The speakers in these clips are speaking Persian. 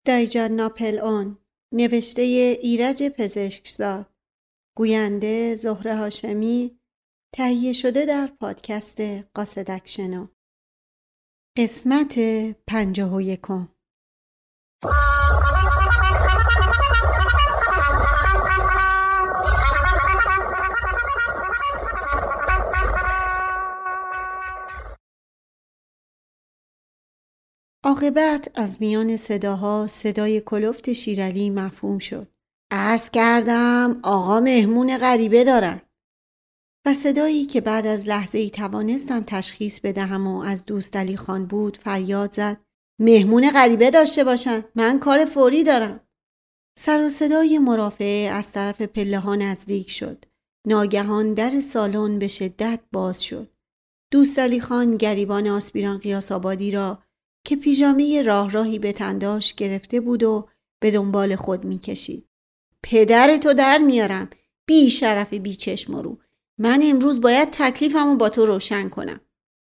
دایجان ناپلئون، نوشته ایرج پزشکزاد، گوینده زهره هاشمی، تهیه شده در پادکست قاصدک شنو. قسمت 51. عاقبت از میان صداها صدای کلفت شیرعلی مفهوم شد. عرض کردم آقا مهمون غریبه دارن. و صدایی که بعد از لحظه‌ای توانستم تشخیص بدهم و از دوست علی خان بود فریاد زد: مهمون غریبه داشته باشن، من کار فوری دارم. سر و صدای مرافعه از طرف پله ها نزدیک شد. ناگهان در سالن به شدت باز شد. دوست علی خان گریبان آسپیران قیاس آبادی را که پیژامه راهی به تن داشت گرفته بود و به دنبال خود می کشید. پدرتو در میارم، بی شرف بی چشم رو. من امروز باید تکلیفمو با تو روشن کنم.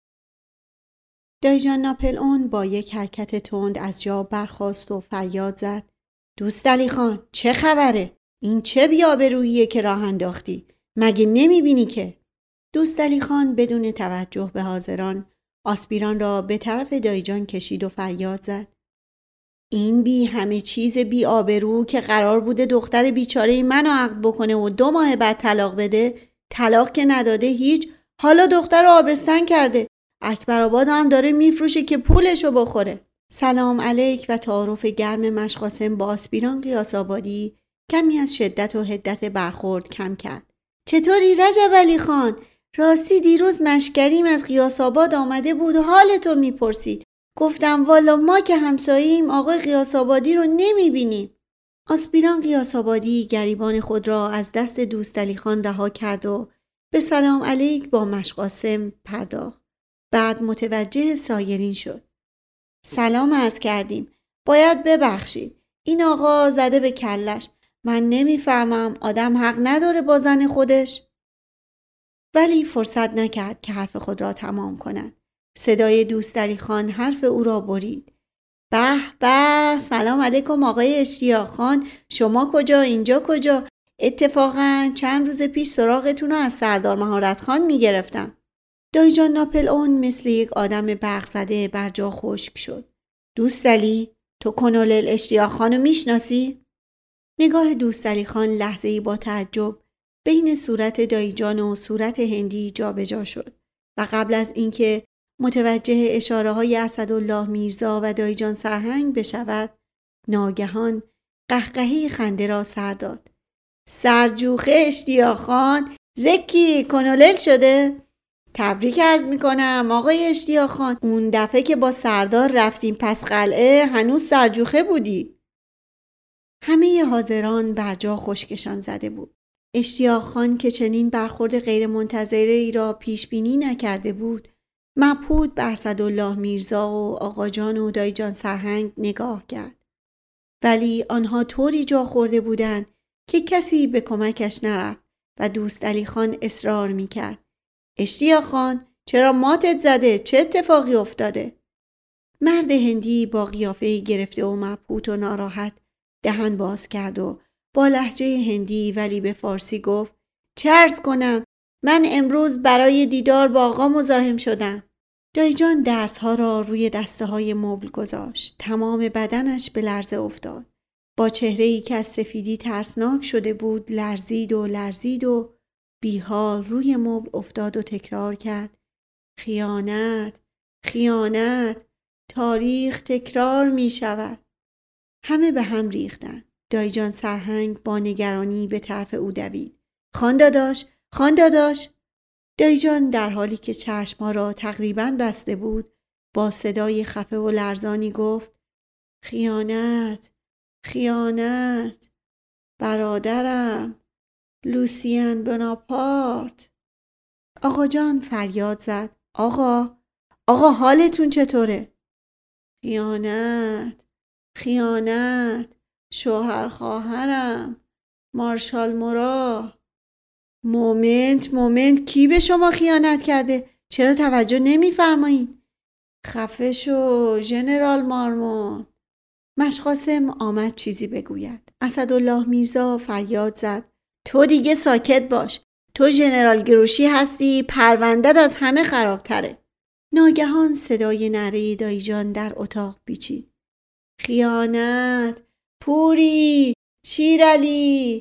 دایجان ناپلئون با یک حرکت تند از جا برخاست و فریاد زد: دوست علی خان، چه خبره؟ این چه بی‌آبروییه که راه انداختی؟ مگه نمیبینی که؟ دوست علی خان بدون توجه به حاضران آسپیران را به طرف دایجان کشید و فریاد زد: این بی همه چیز بی آبرو که قرار بوده دختر بیچاره منو عقد بکنه و 2 ماه بعد طلاق بده، طلاق که نداده هیچ، حالا دختر رو آبستن کرده. اکبرآباد هم داره میفروشه که پولشو بخوره. سلام علیک و تعارف گرم مشقاسم با آسپیران قیاس آبادی کمی از شدت و حدت برخورد کم کرد. چطوری رجب علی خان؟ راستی دیروز مشکریم از قیاس آباد آمده بود و حالتو میپرسید. گفتم والا ما که همسایه‌ایم آقای قیاس آبادی رو نمیبینیم. آسپیران قیاس آبادی گریبان خود را از دست دوست علی خان رها کرد و به سلام علیک با مشقاسم پرداخت. بعد متوجه سایرین شد. سلام عرض کردیم. باید ببخشید. این آقا زده به کلش. من نمیفهمم آدم حق نداره با زن خودش؟ ولی فرصت نکرد که حرف خود را تمام کند. صدای دوست علی خان حرف او را برید. به به، سلام علیکم آقای اشتیاق خان، شما کجا اینجا کجا؟ اتفاقا چند روز پیش سراغتون رو از سردار مهارت خان میگرفتم. دایجان ناپلئون مثل یک آدم برق زده بر جا خشک شد. دوست علی، تو کنولل اشتیاق خانو میشناسی؟ نگاه دوست علی خان لحظه‌ای با تعجب بین صورت دایجان و صورت هندی جابجا شد و قبل از اینکه متوجه اشاره‌های اسدالله میرزا و دایجان سرهنگ بشود، ناگهان قهقهی خنده را سر داد. سرجوخه اشتیاق خان، زکی کنولل شده؟ تبریک عرض میکنم آقای اشتیاق خان، اون دفعه که با سردار رفتیم پس قلعه هنوز سرجوخه بودی. همه حاضران بر جا خشکشان زده بود. اشتیاق خان که چنین برخورد غیر منتظره‌ای را پیش بینی نکرده بود، مبهوت به اسدالله میرزا و آقا جان و دایجان سرهنگ نگاه کرد. ولی آنها طوری جا خورده بودند که کسی به کمکش نرفت و دوست علی خان اصرار میکرد. اشتیاق خان، چرا ماتت زده؟ چه اتفاقی افتاده؟ مرد هندی با قیافه‌ای گرفته و مبهوت و ناراحت دهن باز کرد و با لهجه هندی ولی به فارسی گفت: چه عرض کنم؟ من امروز برای دیدار با آقا مزاحم شدم. دایجان دستها را روی دسته های مبل گذاشت. تمام بدنش به لرزه افتاد. با چهره‌ای که از سفیدی ترسناک شده بود لرزید و بی‌حال روی مبل افتاد و تکرار کرد: خیانت، خیانت، تاریخ تکرار می شود. همه به هم ریختند. دایجان سرهنگ با نگرانی به طرف او دوید. خان داداش، خان داداش. دایجان در حالی که چشم‌ها را تقریباً بسته بود با صدای خفه و لرزانی گفت: خیانت، خیانت، برادرم، لوسیان بناپارت. آقا جان فریاد زد: آقا حالتون چطوره؟ خیانت، خیانت، شوهر خواهرم، مارشال مورا. مومنت، کی به شما خیانت کرده؟ چرا توجه نمی‌فرمایید؟ خفه شو ژنرال مارمون. مشقاسم آمد چیزی بگوید. اسدالله میرزا فریاد زد: تو دیگه ساکت باش. تو ژنرال گروشی هستی، پروندت از همه خرابتره. ناگهان صدای نره دایجان در اتاق پیچید: خیانت! پوری! شیرعلی!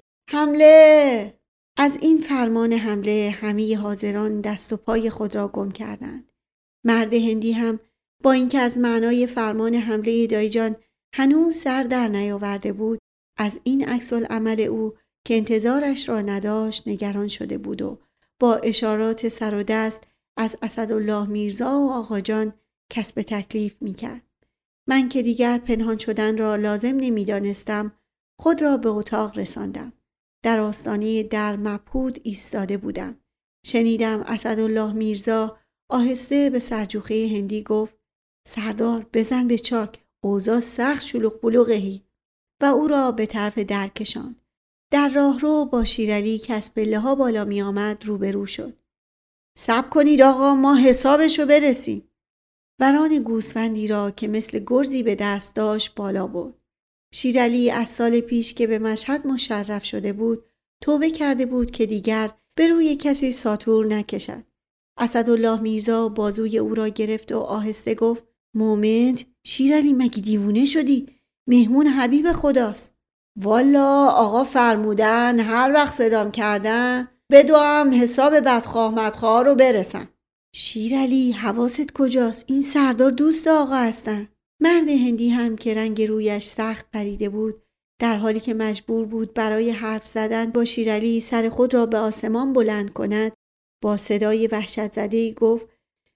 حمله! از این فرمان حمله همه حاضران دست و پای خود را گم کردند. مرد هندی هم با اینکه از معنای فرمان حمله دایجان هنوز سر در نیاورده بود، از این عکس‌العمل او که انتظارش را نداشت نگران شده بود و با اشارات سر و دست از اسدالله میرزا و آقاجان کسب تکلیف می‌کرد. من که دیگر پنهان شدن را لازم نمی‌دانستم، خود را به اتاق رساندم. در آستانه در مبهوت ایستاده بودم. شنیدم اسدالله میرزا آهسته به سرجوخه هندی گفت: سردار بزن به چاک، اوضاع سخت شلوغ بلوغهی، و او را به طرف در کشاند. در راهرو با شیرعلی که از پله‌ها بالا می آمد روبرو شد. صبر کنید آقا، ما حسابشو برسیم. وران گوسفندی را که مثل گرزی به دست داشت بالا برد. شیرعلی از سال پیش که به مشهد مشرف شده بود توبه کرده بود که دیگر به روی کسی ساطور نکشد. اسدالله میرزا بازوی او را گرفت و آهسته گفت: مومنت، شیرعلی مگه دیوونه شدی؟ مهمون حبیب خداست. والا آقا فرمودن هر وقت صدام کردن بدوام حساب بدخواه مدخواه رو برسن. شیرعلی حواست کجاست؟ این سردار دوست آقا هستن. مرد هندی هم که رنگ رویش سخت پریده بود، در حالی که مجبور بود برای حرف زدن با شیرعلی سر خود را به آسمان بلند کند، با صدای وحشت زده‌ای گفت: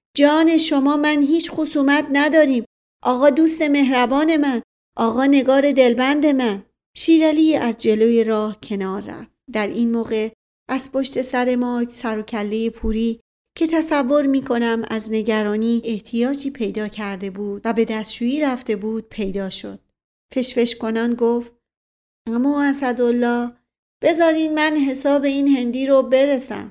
جان شما، من هیچ خصومت نداریم. آقا دوست مهربان من، آقا نگار دلبند من. شیرعلی از جلوی راه کنار رفت. در این موقع از پشت سر ما سر و کله پوری که تصور می کنم از نگرانی احتیاجی پیدا کرده بود و به دستشویی رفته بود پیدا شد. فشفش کنان گفت: اما اسدالله، بذارین من حساب این هندی رو برسم.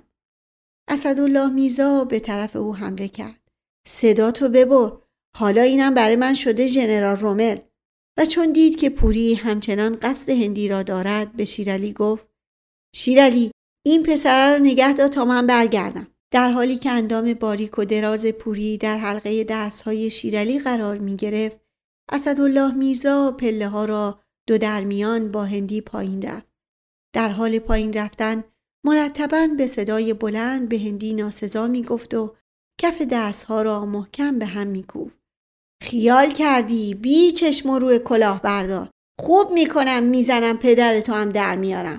اسدالله میرزا به طرف او حمله کرد: صدا تو ببر، حالا اینم برای من شده ژنرال رومل. و چون دید که پوری همچنان قصد هندی را دارد به شیرعلی گفت: شیرعلی، این پسره رو نگه دار تا من برگردم. در حالی که اندام باریک و دراز پوری در حلقه دستهای شیرعلی قرار می گرفت، اسدالله میرزا پله ها را دو درمیان با هندی پایین رفت. در حال پایین رفتن مرتباً به صدای بلند به هندی ناسزا می گفت و کف دستها را محکم به هم می کوفت: خیال کردی بی چشم و روی کلاه بردار، خوب می کنم میزنم پدرتو هم در میارم.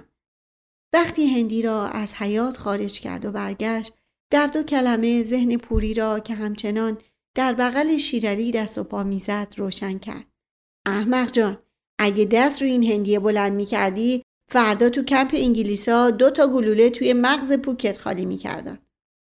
وقتی هندی را از حیاط خارج کرد و برگشت، در دو کلمه ذهن پوری را که همچنان در بغل شیرعلی دست و پا میزد روشن کرد. احمق جان، اگه دست رو این هندی بلند میکردی فردا تو کمپ انگلیسا 2 گلوله توی مغز پوکت خالی میکردن.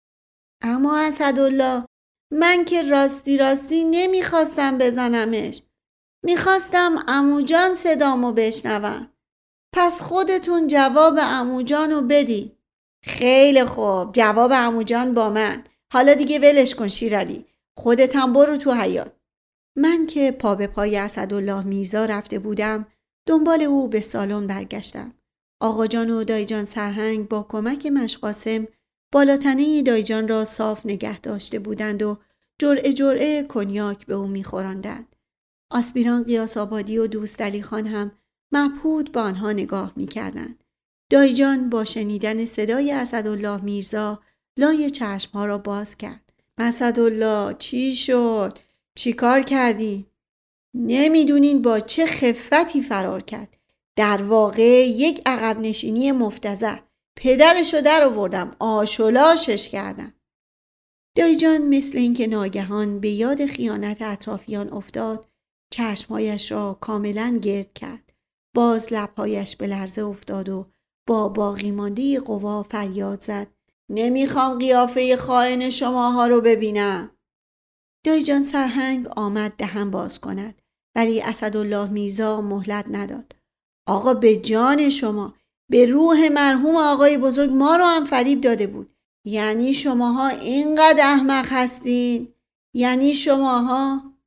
اما اسدالله، من که راستی نمیخواستم بزنمش. میخواستم عموجان صدامو بشنون. پس خودتون جواب عموجانو بدی. خیلی خوب، جواب عموجان با من. حالا دیگه ولش کن شیرعلی، خودت هم برو تو حیاط. من که پا به پای اسدالله میرزا رفته بودم دنبال او به سالن برگشتم. آقا جان و دایجان سرهنگ با کمک مشقاسم بالاتنه دایجان را صاف نگه داشته بودند و جرعه کنیاک به او می‌خوراندند. آسپیران قیاس آبادی و دوست علی خان هم مبهوت به آنها نگاه می‌کردند. دایجان با شنیدن صدای اسدالله میرزا لای چشمها را باز کرد. اسدالله، چی شد؟ چی کار کردی؟ نمیدونین با چه خفتی فرار کرد. در واقع یک عقب نشینی مفتضح. پدرشو در آوردم، آشولاشش کردم. دایجان مثل اینکه ناگهان به یاد خیانت اطرافیان افتاد، چشمهایش را کاملا گرد کرد. باز لبهایش به لرزه افتاد و با باقی مانده قوا فریاد زد: نمیخوام قیافه خائن شماها رو ببینم. دایجان سرهنگ آمد دهن باز کند، ولی اسدالله میرزا مهلت نداد. آقا به جان شما، به روح مرحوم آقای بزرگ ما رو هم فریب داده بود. یعنی شماها اینقدر احمق هستین؟ یعنی شماها؟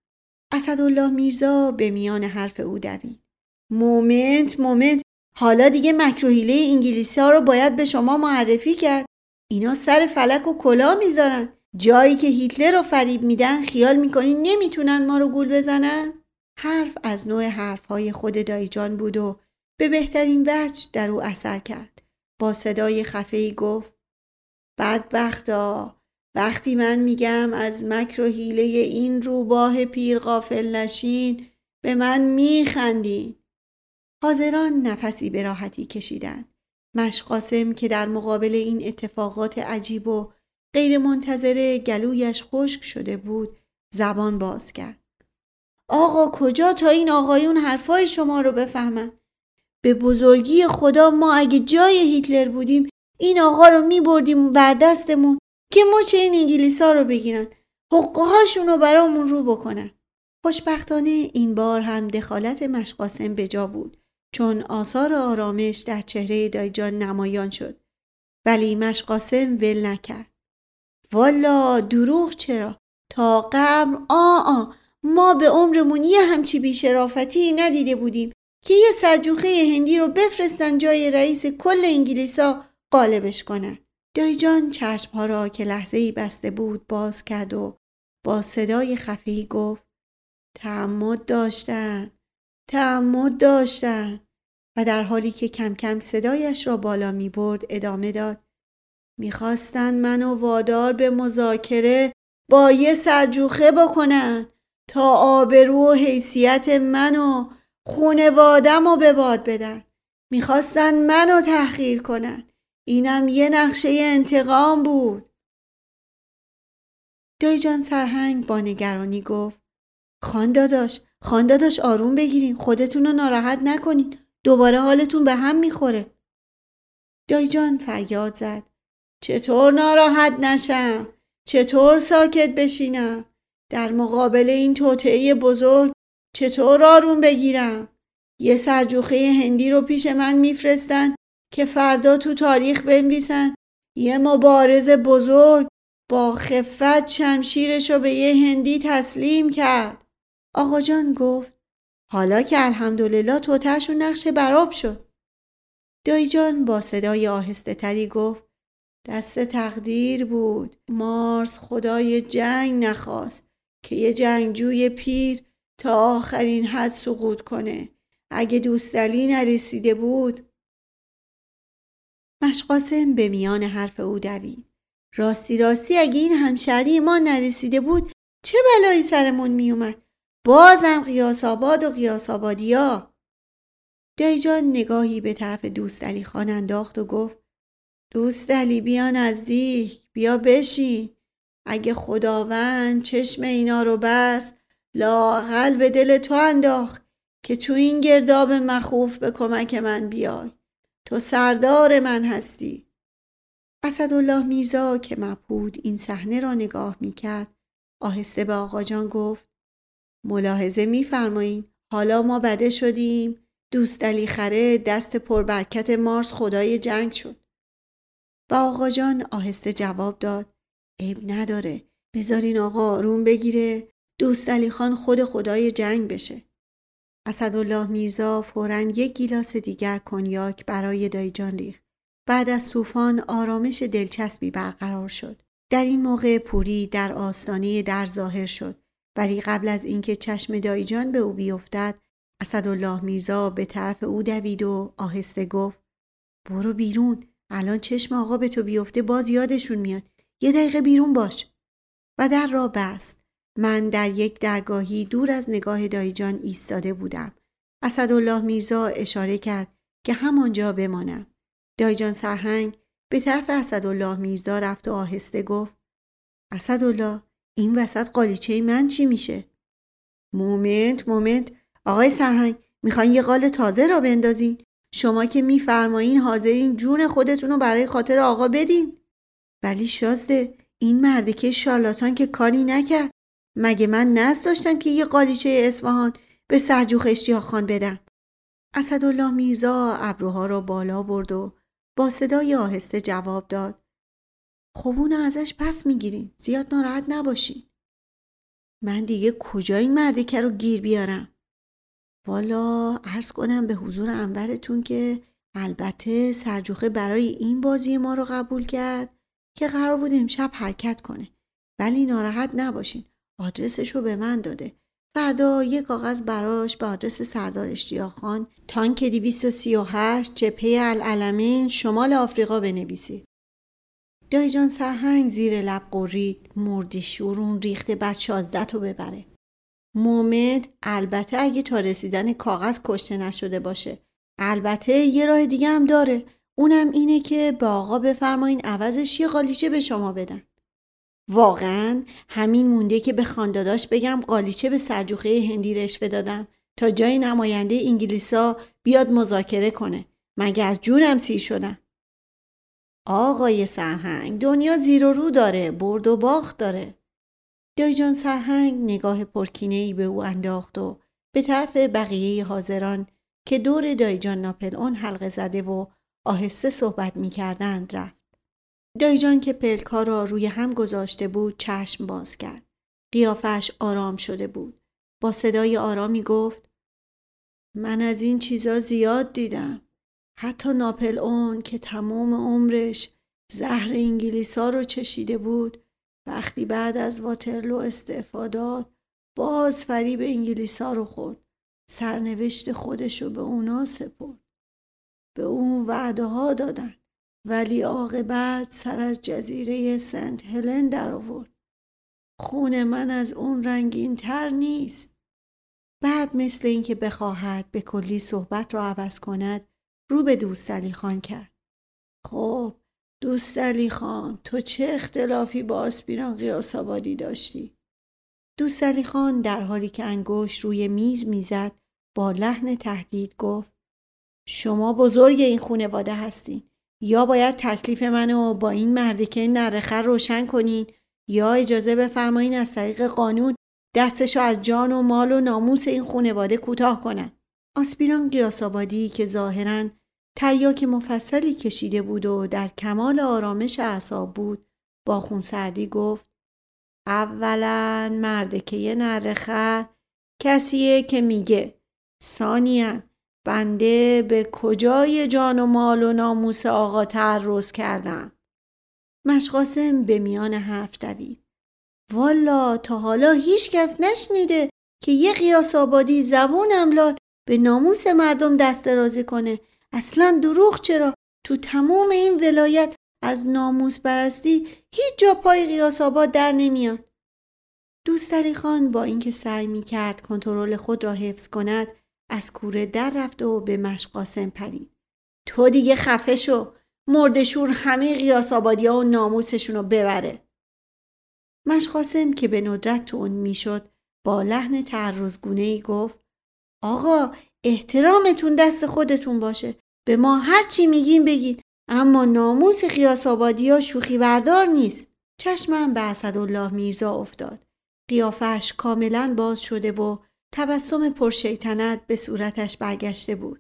اسدالله میرزا به میان حرف او دوید. مومنت، حالا دیگه مکر و حیله انگلیسی‌ها رو باید به شما معرفی کرد. اینا سر فلک و کلاه میذارن. جایی که هیتلر رو فریب میدن خیال میکنین نمیتونن ما رو گول بزنن؟ حرف از نوع حرفهای خود دایجان بود و به بهترین وجه در او اثر کرد. با صدای خفه‌ای گفت: بدبختا، وقتی من میگم از مکر و حیله این روباه پیر غافل نشین به من میخندین. حاضران نفسی به راحتی کشیدند. مشقاسم که در مقابل این اتفاقات عجیب و غیر منتظره گلویش خشک شده بود زبان باز کرد. آقا کجا تا این آقایون حرفای شما رو بفهمن؟ به بزرگی خدا ما اگه جای هیتلر بودیم این آقا رو میبردیم بر دستمون که مچ این انگلیسا رو بگیرن، حقه هاشون رو برامون رو بکنن. خوشبختانه این بار هم دخالت مشقاسم به جا بود، چون آثار آرامش در چهره دایجان نمایان شد. ولی مشقاسم ول نکرد. والا دروغ چرا؟ تا قبل ما به عمرمون یه همچی بیشرافتی ندیده بودیم که یه سلجوقه هندی رو بفرستن جای رئیس کل انگلیسا غالبش کنن. دایجان چشمها را که لحظه‌ای بسته بود باز کرد و با صدای خفیفی گفت: تعمد داشتن. و در حالی که کم کم صدایش را بالا می برد ادامه داد: میخواستن منو وادار به مذاکره با یه سرجوخه بکنن تا آبرو و حیثیت منو خونوادم رو به باد بدن. میخواستن منو تحقیر کنن. اینم یه نقشه انتقام بود. دایجان سرهنگ با نگرانی گفت: خان داداش آروم بگیرین، خودتون رو ناراحت نکنین، دوباره حالتون به هم میخوره. دایجان فریاد زد: چطور ناراحت نشم؟ چطور ساکت بشینم؟ در مقابل این توطئه بزرگ چطور آروم بگیرم؟ یه سرجوخه هندی رو پیش من میفرستن که فردا تو تاریخ بنویسن یه مبارز بزرگ با خفت شمشیرشو به یه هندی تسلیم کرد. آقا جان گفت: حالا که الحمدلله توطئه‌شون نقش براب شد. دایجان با صدای آهسته تری گفت: دست تقدیر بود. مارس خدای جنگ نخواست که یه جنگجوی پیر تا آخرین حد سقوط کنه. اگه دوستعلی نرسیده بود. مشقاسم به میان حرف او دوید: راستی اگه این همشهری ما نرسیده بود چه بلایی سرمون میومد؟ بازم قیاس آباد و قیاس آبادیا. دایجان نگاهی به طرف دوستعلی خان انداخت و گفت: دوستعلی بیا نزدیک، بیا بشین. اگه خداوند چشم اینا رو بس لااقل به دل تو انداخت که تو این گرداب مخوف به کمک من بیای. تو سردار من هستی. اسدالله میرزا که مبهوت این صحنه را نگاه میکرد آهسته به آقا جان گفت: ملاحظه میفرمایین حالا ما بده شدیم. دوستعلی خره دست پربرکت مارس خدای جنگ شد. و آقا جان آهسته جواب داد: عیب نداره، بذارین آقا آروم بگیره، دوستعلی خان خدای جنگ بشه. اسدالله میرزا فوراً یک گیلاس دیگر کنیاک برای دایجان ریخت. بعد از طوفان آرامش دلچسبی برقرار شد. در این موقع پوری در آستانه در ظاهر شد، ولی قبل از اینکه چشم دایجان به او بیفتد اسدالله میرزا به طرف او دوید و آهسته گفت: برو بیرون، الان چشم آقا به تو بیفته باز یادشون میاد. یه دقیقه بیرون باش. و در را بست. من در یک درگاهی دور از نگاه دایجان ایستاده بودم. اسدالله میرزا اشاره کرد که همانجا بمانم. دایجان سرهنگ به طرف اسدالله میرزا رفت و آهسته گفت: اسدالله، این وسط قالیچه من چی میشه؟ مومنت آقای سرهنگ، میخواین یه قال تازه را بندازین؟ شما که میفرمایین حاضرین جون خودتون رو برای خاطر آقا بدین. ولی شازده، این مردکه شارلاتان که کاری نکرد. مگه من نز داشتم که یه قالیچه اصفهان به سرجوخ اشتیاق خان بدم؟ اسدالله میرزا ابروها را بالا برد و با صدای آهسته جواب داد: خب اونو ازش پس میگیرین، زیاد ناراحت نباشین. من دیگه کجا این مردکه رو گیر بیارم؟ والا عرض کنم به حضور انورتون که البته سرجوخه برای این بازی ما رو قبول کرد که قرار بود امشب حرکت کنه. ولی ناراحت نباشین، آدرسش رو به من داده. فردا یک کاغذ براش به آدرس سردار اشتیاق خان، تانک 238 جبهه العلمین شمال آفریقا بنویسی. دایی جان سرهنگ زیر لب قرید مردی شورون ریخته بعد 16 تا ببره. مومد البته اگه تا رسیدن کاغذ کشته نشده باشه. البته یه راه دیگه هم داره، اونم اینه که به آقا بفرمایین عوضش یه قالیچه به شما بدن. واقعا همین مونده که به خانداداش بگم قالیچه به سرجوخه هندی رشوه دادم تا جای نماینده انگلیسا بیاد مذاکره کنه. مگه از جونم سیر شدم؟ آقای سرهنگ دنیا زیر و رو داره، برد و باخت داره. دایی جان سرهنگ نگاه پرکینه‌ای به او انداخت و به طرف بقیه حاضران که دور دایی جان ناپلئون حلقه زده و آهسته صحبت می‌کردند رفت. دایی جان که پلک‌ها را روی هم گذاشته بود چشم باز کرد. قیافش آرام شده بود. با صدای آرامی گفت: من از این چیزا زیاد دیدم. حتی ناپلئون که تمام عمرش زهر انگلیسا رو چشیده بود، وقتی بعد از واترلو استعفا داد باز فریب انگلیسا رو خورد. سرنوشت خودشو به اونا سپرد. به اون وعده ها دادن ولی عاقبت سر از جزیره سنت هلن در آورد. خون من از اون رنگین تر نیست. بعد مثل این که بخواهد به کلی صحبت را عوض کند رو به دوست علی خان کرد. خب دوست علی خان، تو چه اختلافی با آسپیران قیاس آبادی داشتی؟ دوست علی خان در حالی که انگشت روی میز میزد با لحن تهدید گفت: شما بزرگ این خانواده هستین. یا باید تکلیف منو با این مردکه نرخر روشن کنین یا اجازه بفرمایین از طریق قانون دستشو از جان و مال و ناموس این خانواده کوتاه کنم. آسپیران قیاس آبادی که ظاهراً تریاک مفصلی کشیده بود و در کمال آرامش اعصاب بود با خونسردی گفت: اولاً مردکه نرخر کسیه که میگه. ثانیاً بنده به کجای جان و مال و ناموس آقا تعرض کردم؟ مشقاسم به میان حرف دوید: والا تا حالا هیچ کس نشنیده که یه قیاس آبادی زبون املال به ناموس مردم دست درازی کنه. اصلا دروغ چرا؟ تو تمام این ولایت از ناموس پرستی هیچ جا پای قیاس آباد در نمیاد. دوست علی خان با اینکه سعی می‌کرد کنترل خود را حفظ کند از کوره در رفت و به مشقاسم پرید: تو دیگه خفه شو، مردشور همه قیاس آبادی‌ها و ناموسشونو ببره. مشقاسم که به ندرت تند میشد با لحن تعرض‌گونه‌ای گفت: آقا احترامتون دست خودتون باشه، به ما هر چی میگین بگین، اما ناموس قیاس آبادی‌ها شوخی بردار نیست. چشمم به اسدالله میرزا افتاد. قیافش کاملا باز شده و تبسم پرشیطنت به صورتش برگشته بود.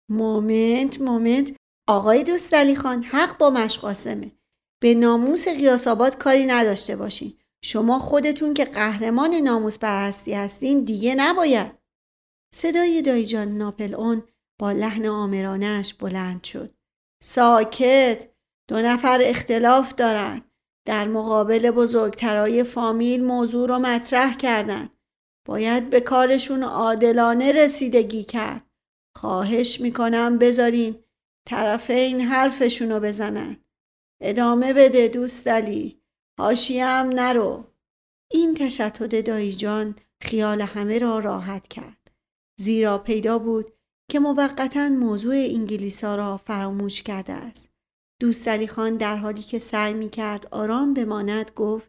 مومنت آقای دوست علی خان، حق با مشقاسمه. به ناموس قیاس آباد کاری نداشته باشین. شما خودتون که قهرمان ناموس پرستی هستین دیگه نباید. صدای دایی جان ناپلئون با لحن آمرانه‌اش بلند شد: ساکت، 2 نفر اختلاف دارن. در مقابل بزرگترای فامیل موضوع رو مطرح کردن. باید به کارشون عادلانه رسیدگی کرد. خواهش میکنم بذارین طرفین حرفشونو بزنن. ادامه بده دوست علی، حاشیه‌ام نرو. این تشتت دایی جان خیال همه را راحت کرد. زیرا پیدا بود که موقتاً موضوع انگلیسا را فراموش کرده است. دوست علی خان در حالی که سعی می کرد آرام بماند گفت: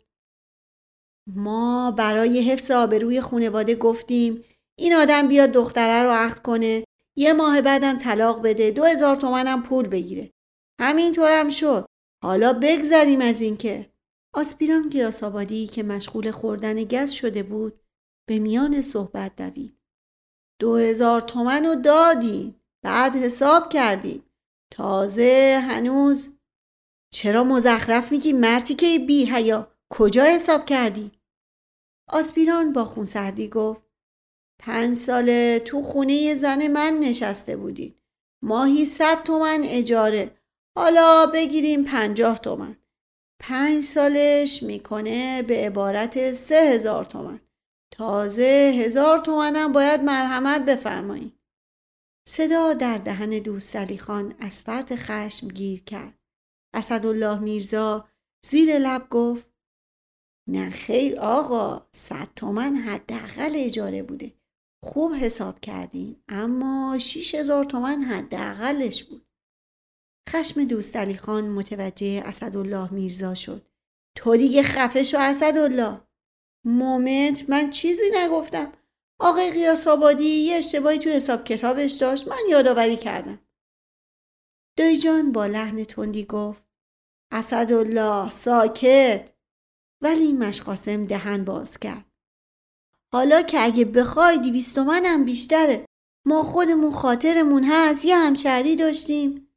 ما برای حفظ آبروی خانواده گفتیم این آدم بیاد دختره رو عقد کنه، 1 ماه بعدم طلاق بده، 2000 تومنم پول بگیره. همینطورم شد. حالا بگذریم از این که آسپیران قیاس آبادی که مشغول خوردن گز شده بود به میان صحبت دوید: 2000 تومن رو دادین، بعد حساب کردیم. تازه هنوز. چرا مزخرف میگی مرتی که بی حیا؟ کجا حساب کردی؟ آسپیران با خونسردی گفت 5 ساله تو خونه زن من نشسته بودین. ماهی 100 تومن اجاره. حالا بگیریم 50 تومن. 5 سالش میکنه به عبارت 3000 تومن. تازه 1000 تومنم باید مرحمت بفرمایین. صدا در دهن دوستعلی خان از فرط خشم گیر کرد. اسدالله میرزا زیر لب گفت نه خیر آقا، 100 تومن حداقل اجاره بوده. خوب حساب کردین، اما 6000 تومن حداقلش بود. خشم دوستعلی خان متوجه اسدالله میرزا شد. تو دیگه خفه شو اسدالله. مومنت، من چیزی نگفتم. آقای غیاث آبادی یه اشتباهی تو حساب کتابش داشت، من یادآوری کردم. دایی جان با لحن تندی گفت اسدالله ساکت. ولی مشقاسم دهن باز کرد. حالا که اگه بخوای 200 تومنم بیشتره. ما خودمون خاطرمون هست یه همشهری داشتیم.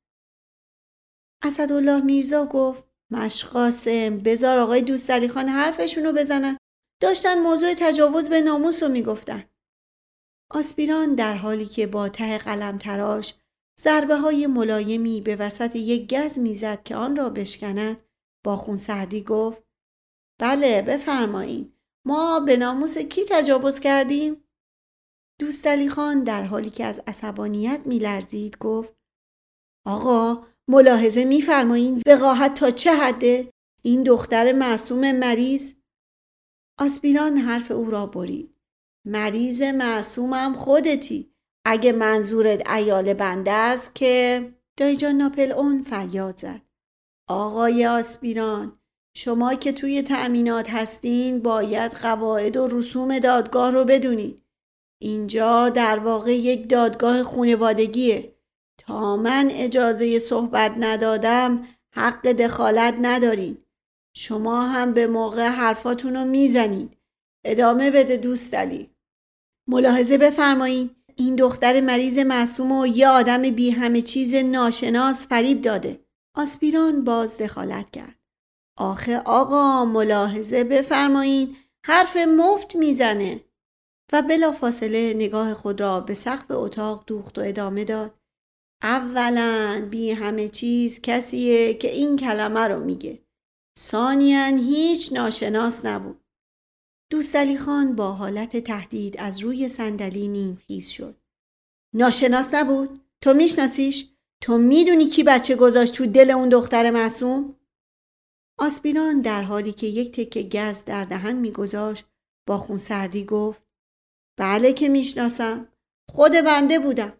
اسدالله میرزا گفت مشقاسم بذار آقای دوستعلی خان حرفشونو بزنن. داشتن موضوع تجاوز به ناموس رو میگفتن. آسپیران در حالی که با ته قلم تراش ضربه های ملایمی به وسط یک گز میزد که آن را بشکند با خونسردی گفت بله بفرمایین. ما به ناموس کی تجاوز کردیم؟ دوستعلی خان در حالی که از عصبانیت میلرزید گفت آقا ملاحظه میفرمایین وقاحت تا چه حده؟ این دختر معصوم مریض. آسپیران حرف او را برید. مریض معصومم خودتی. اگه منظورت عیال بنده است که دایی جان ناپلئون فریاد زد. آقای آسپیران، شما که توی تأمینات هستین باید قواعد و رسوم دادگاه رو بدونید. اینجا در واقع یک دادگاه خانوادگیه. تا من اجازه صحبت ندادم حق دخالت ندارین. شما هم به موقع حرفاتون رو میزنید. ادامه بده دوستعلی. ملاحظه بفرمایید این دختر مریض معصوم و یه آدم بی همه چیز ناشناس فریب داده. آسپیران باز دخالت کرد. آخه آقا ملاحظه بفرمایید حرف مفت میزنه. و بلافاصله نگاه خود را به سقف اتاق دوخت و ادامه داد. اولاً بی همه چیز کسیه که این کلمه رو میگه. ثانیاً هیچ ناشناس نبود. دوستعلی خان با حالت تهدید از روی صندلی نیمخیز شد. ناشناس نبود؟ تو میشناسیش؟ تو میدونی کی بچه گذاشت تو دل اون دختر معصوم؟ آسپیران در حالی که یک تکه گز در دهن میگذاشت با خونسردی گفت بله که میشناسم. خود بنده بودم.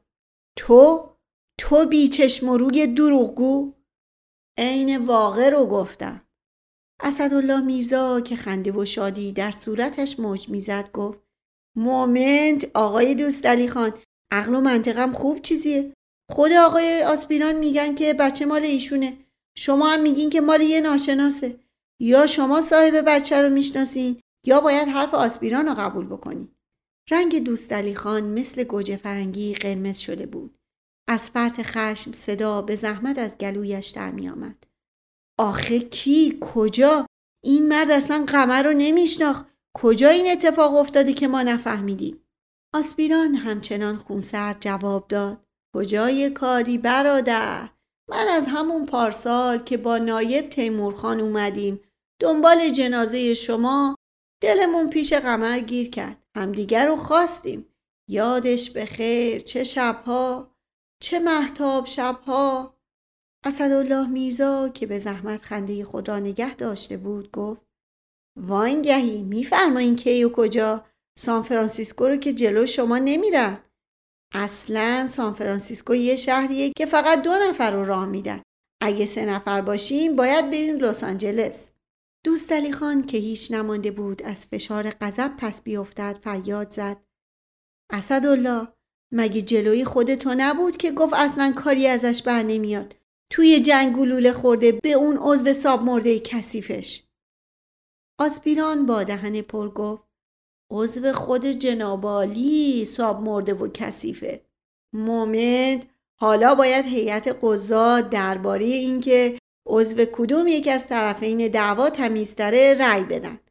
تو بی چشم و روی دروغگو؟ عین واقع رو گفتم. اسدالله میرزا که خنده و شادی در صورتش موج میزد گفت مومنت آقای دوستعلی خان، عقل و منطقم خوب چیزیه. خود آقای آسپیران میگن که بچه مال ایشونه. شما هم میگین که مال یه ناشناسه. یا شما صاحب بچه رو میشناسین یا باید حرف آسپیران رو قبول بکنین. رنگ دوستعلی خان مثل گوجه فرنگی قرمز شده بود. از فرط خشم صدا به زحمت از گلویش در می آمد. آخه کی؟ کجا؟ این مرد اصلا قمر رو نمیشناخت. کجا این اتفاق افتاده که ما نفهمیدیم؟ آسپیران همچنان خونسرد جواب داد. کجای کاری برادر؟ من از همون پارسال که با نایب تیمورخان اومدیم دنبال جنازه شما دلمون پیش قمر گیر کرد. همدیگر رو خواستیم. یادش بخیر چه شبها، چه مهتاب شبها. اسدالله میرزا که به زحمت خنده خود را نگه داشته بود گفت وانگهی میفرمایین کی و کجا؟ سان فرانسیسکو رو که جلو شما نمیرن. اصلا سان فرانسیسکو یه شهریه که فقط 2 نفر رو راه میدن. اگه 3 نفر باشیم باید بریم لس آنجلس. دوستعلی خان که هیچ نمانده بود از فشار غضب پس بیفتد فریاد زد اسدالله مگه جلوی خودتو نبود که گفت اصلا کاری ازش بر نمیاد. توی جنگ گلوله خورده به اون عضو ساب مرده کثیفش. آسپیران با دهن پر گفت عضو خود جناب عالی ساب مرده و کثیفه. مومد حالا باید هیئت قضات درباره اینکه عضو کدوم یک از طرفین دعوا تمیزتره رأی بدن.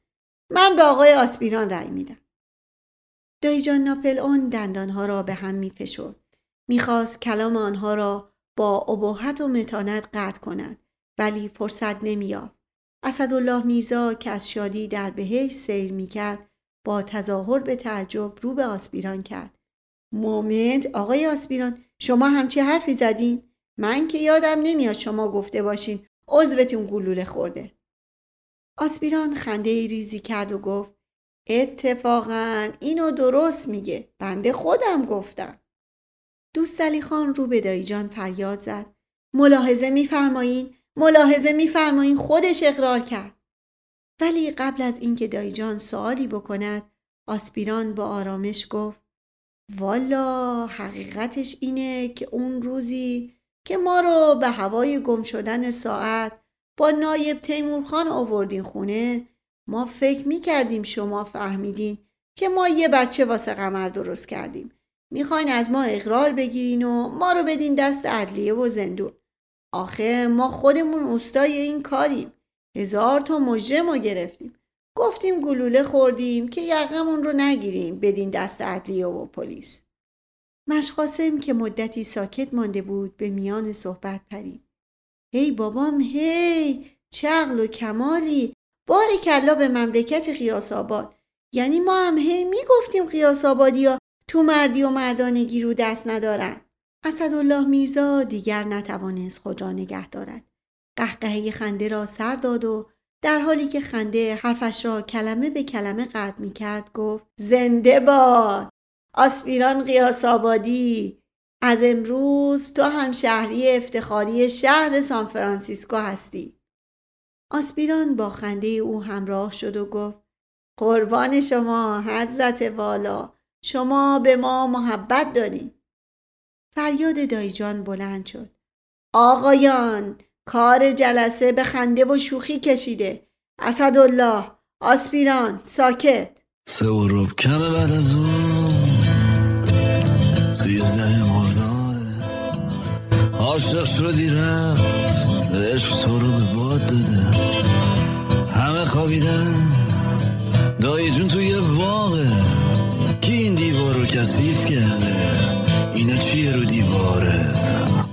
من به آقای آسپیران رأی میدم. دایی جان ناپلئون دندانها را به هم میفشرد. میخواست کلام آنها را با اباحت و متانت قطع کند، ولی فرصت نمی‌یافت. اسدالله میرزا که از شادی در بهشت سیر میکرد با تظاهر به تعجب رو به آسپیران کرد. مومنت آقای آسپیران، شما همچی حرفی زدین؟ من که یادم نمیاد شما گفته باشین عضوتون گلوله خورده. آسپیران خنده ریزی کرد و گفت اتفاقاً اینو درست میگه، بنده خودم گفتم. دوستعلی خان رو به دایی جان فریاد زد ملاحظه میفرمایین خودش اقرار کرد. ولی قبل از اینکه دایی جان سوالی بکند آسپیران با آرامش گفت والا حقیقتش اینه که اون روزی که ما رو به هوای گم شدن ساعت با نایب تیمورخان آوردین خونه، ما فکر میکردیم شما فهمیدین که ما یه بچه واسه قمر درست کردیم. میخواین از ما اقرار بگیرین و ما رو بدین دست عدلیه و زندون. آخه ما خودمون اوستای این کاریم. 1000 تا مجرم رو گرفتیم. گفتیم گلوله خوردیم که یقمون رو نگیریم بدین دست عدلیه و پلیس. مشقاسم که مدتی ساکت مانده بود به میان صحبت پرید. هی بابام هی، چه عقل و کمالی، بارکالله به مملکت قیاس آباد. یعنی ما هم هی میگفتیم قیاس آبادی ها تو مردی و مردانگی رو دست ندارن. اسدالله میرزا دیگر نتوانست خود را نگه دارد. قهقهه خنده را سر داد و در حالی که خنده حرفش را کلمه به کلمه قطع می کرد گفت زنده باد آسپیران قیاس آبادی، از امروز تو هم شهری افتخاری شهر سان فرانسیسکو هستی. آسپیران با خنده او همراه شد و گفت قربان شما حضرت والا، شما به ما محبت دارین. فریاد دایی جان بلند شد آقایان، کار جلسه به خنده و شوخی کشیده. اسدالله، آسپیران، ساکت. 3 کمه بعد از اون 13 مرداد عاشق شدی رفت عشق تو رو به باد داده. همه خوابیدن دایی جون توی باغه، کی این دیوار رو کثیف کرده؟ اینا چیه رو دیواره؟